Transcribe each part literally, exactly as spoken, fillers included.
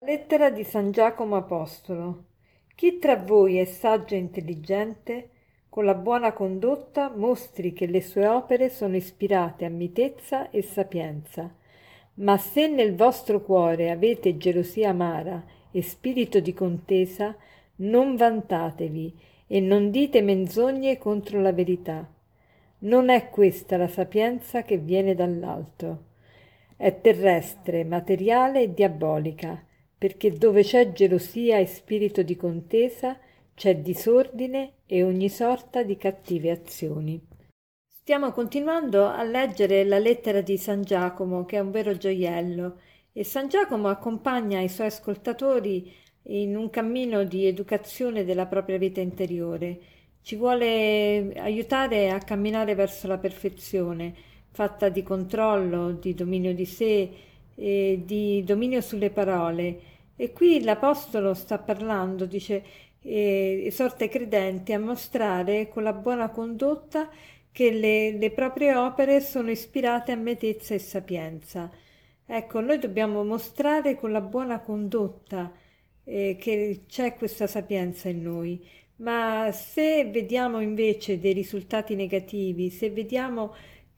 Lettera di San Giacomo Apostolo. Chi tra voi è saggio e intelligente, con la buona condotta mostri che le sue opere sono ispirate a mitezza e sapienza. Ma se nel vostro cuore avete gelosia amara e spirito di contesa, non vantatevi e non dite menzogne contro la verità. Non è questa la sapienza che viene dall'alto. È terrestre, materiale e diabolica, perché dove c'è gelosia e spirito di contesa, c'è disordine e ogni sorta di cattive azioni. Stiamo continuando a leggere la lettera di San Giacomo, che è un vero gioiello, e San Giacomo accompagna i suoi ascoltatori in un cammino di educazione della propria vita interiore. Ci vuole aiutare a camminare verso la perfezione, fatta di controllo, di dominio di sé e di dominio sulle parole. E qui l'Apostolo sta parlando, dice, eh, esorta i credenti a mostrare con la buona condotta che le, le proprie opere sono ispirate a mitezza e sapienza. Ecco, noi dobbiamo mostrare con la buona condotta eh, che c'è questa sapienza in noi, ma se vediamo invece dei risultati negativi, se vediamo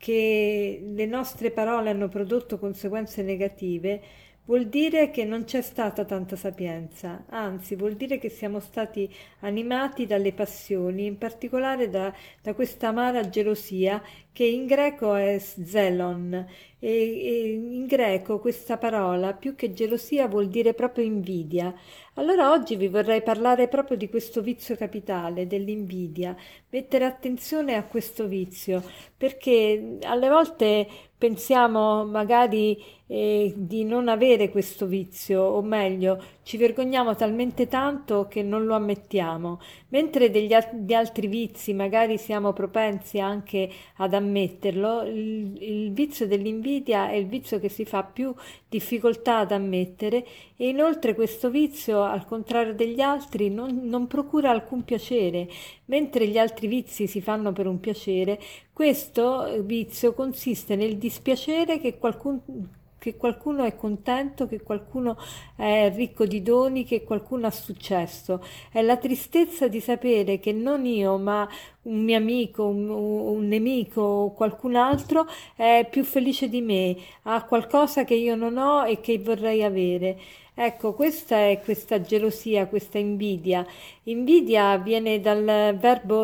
che le nostre parole hanno prodotto conseguenze negative, vuol dire che non c'è stata tanta sapienza, anzi vuol dire che siamo stati animati dalle passioni, in particolare da, da questa amara gelosia che in greco è zelon, e, e in greco questa parola più che gelosia vuol dire proprio invidia. Allora oggi vi vorrei parlare proprio di questo vizio capitale, dell'invidia, mettere attenzione a questo vizio, perché alle volte pensiamo magari eh, di non avere questo vizio, o meglio, ci vergogniamo talmente tanto che non lo ammettiamo, mentre degli al- di altri vizi magari siamo propensi anche ad ammetterlo. Il, il vizio dell'invidia è il vizio che si fa più difficoltà ad ammettere, e inoltre questo vizio, al contrario degli altri, non, non procura alcun piacere. Mentre gli altri vizi si fanno per un piacere, questo vizio consiste nel dispiacere che qualcun, che qualcuno è contento, che qualcuno è ricco di doni, che qualcuno ha successo. È la tristezza di sapere che non io, ma un mio amico, un, un nemico o qualcun altro è più felice di me, ha qualcosa che io non ho e che vorrei avere. Ecco, questa è questa gelosia, questa invidia. Invidia viene dal verbo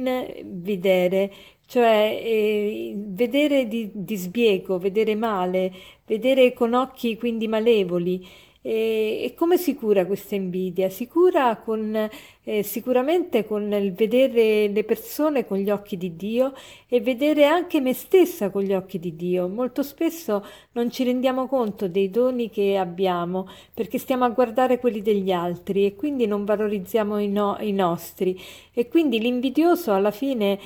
invidere, cioè eh, vedere di, di sbiego, vedere male, vedere con occhi quindi malevoli. E, e come si cura questa invidia? Si cura con, eh, sicuramente con il vedere le persone con gli occhi di Dio e vedere anche me stessa con gli occhi di Dio. Molto spesso non ci rendiamo conto dei doni che abbiamo perché stiamo a guardare quelli degli altri e quindi non valorizziamo i, no- i nostri. E quindi l'invidioso alla fine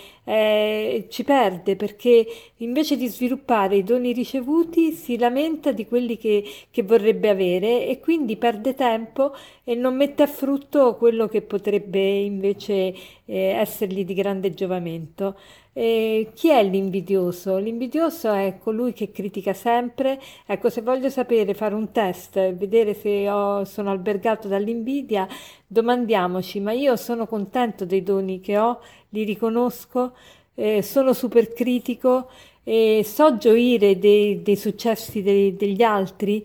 eh, ci perde perché invece di sviluppare i doni ricevuti si lamenta di quelli che, che vorrebbe avere e quindi perde tempo e non mette a frutto quello che potrebbe invece eh, essergli di grande giovamento. E chi è l'invidioso? L'invidioso è colui che critica sempre. Ecco, se voglio sapere, fare un test e vedere se ho- sono albergato dall'invidia, domandiamoci, ma io sono contento dei doni che ho, li riconosco, eh, sono super critico e so gioire dei, dei successi dei- degli altri.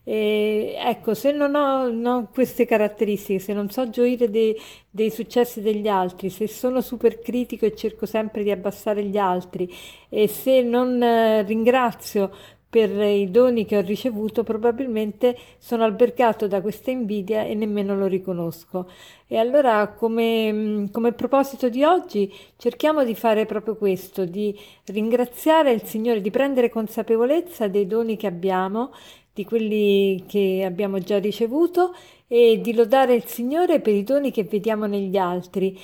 Eh, ecco, se non ho, non ho queste caratteristiche, se non so gioire dei, dei successi degli altri, se sono super critico e cerco sempre di abbassare gli altri, e se non eh, ringrazio per i doni che ho ricevuto, probabilmente sono albergato da questa invidia e nemmeno lo riconosco. E allora, come, come proposito di oggi, cerchiamo di fare proprio questo, di ringraziare il Signore, di prendere consapevolezza dei doni che abbiamo, di quelli che abbiamo già ricevuto, e di lodare il Signore per i doni che vediamo negli altri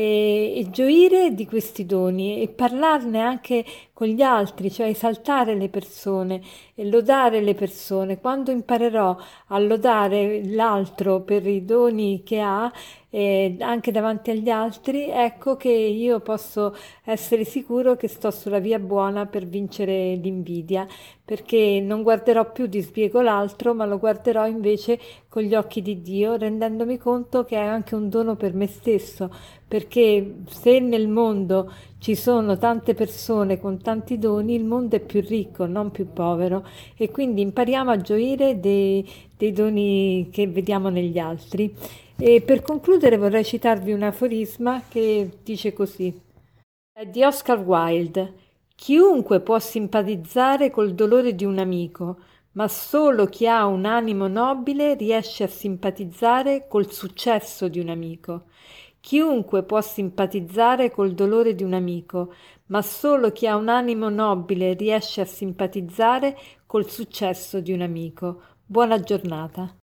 e, e gioire di questi doni e parlarne anche con gli altri, cioè esaltare le persone e lodare le persone. Quando imparerò a lodare l'altro per i doni che ha, eh, anche davanti agli altri, ecco che io posso essere sicuro che sto sulla via buona per vincere l'invidia, perché non guarderò più di sbiego l'altro, ma lo guarderò invece con gli occhi di Dio, rendendomi conto che è anche un dono per me stesso, perché se nel mondo ci sono tante persone con tanti doni, il mondo è più ricco, non più povero, e quindi impariamo a gioire dei, dei doni che vediamo negli altri. E per concludere vorrei citarvi un aforisma che dice così: è di Oscar Wilde. Chiunque può simpatizzare col dolore di un amico, ma solo chi ha un animo nobile riesce a simpatizzare col successo di un amico. Chiunque può simpatizzare col dolore di un amico, ma solo chi ha un animo nobile riesce a simpatizzare col successo di un amico. Buona giornata.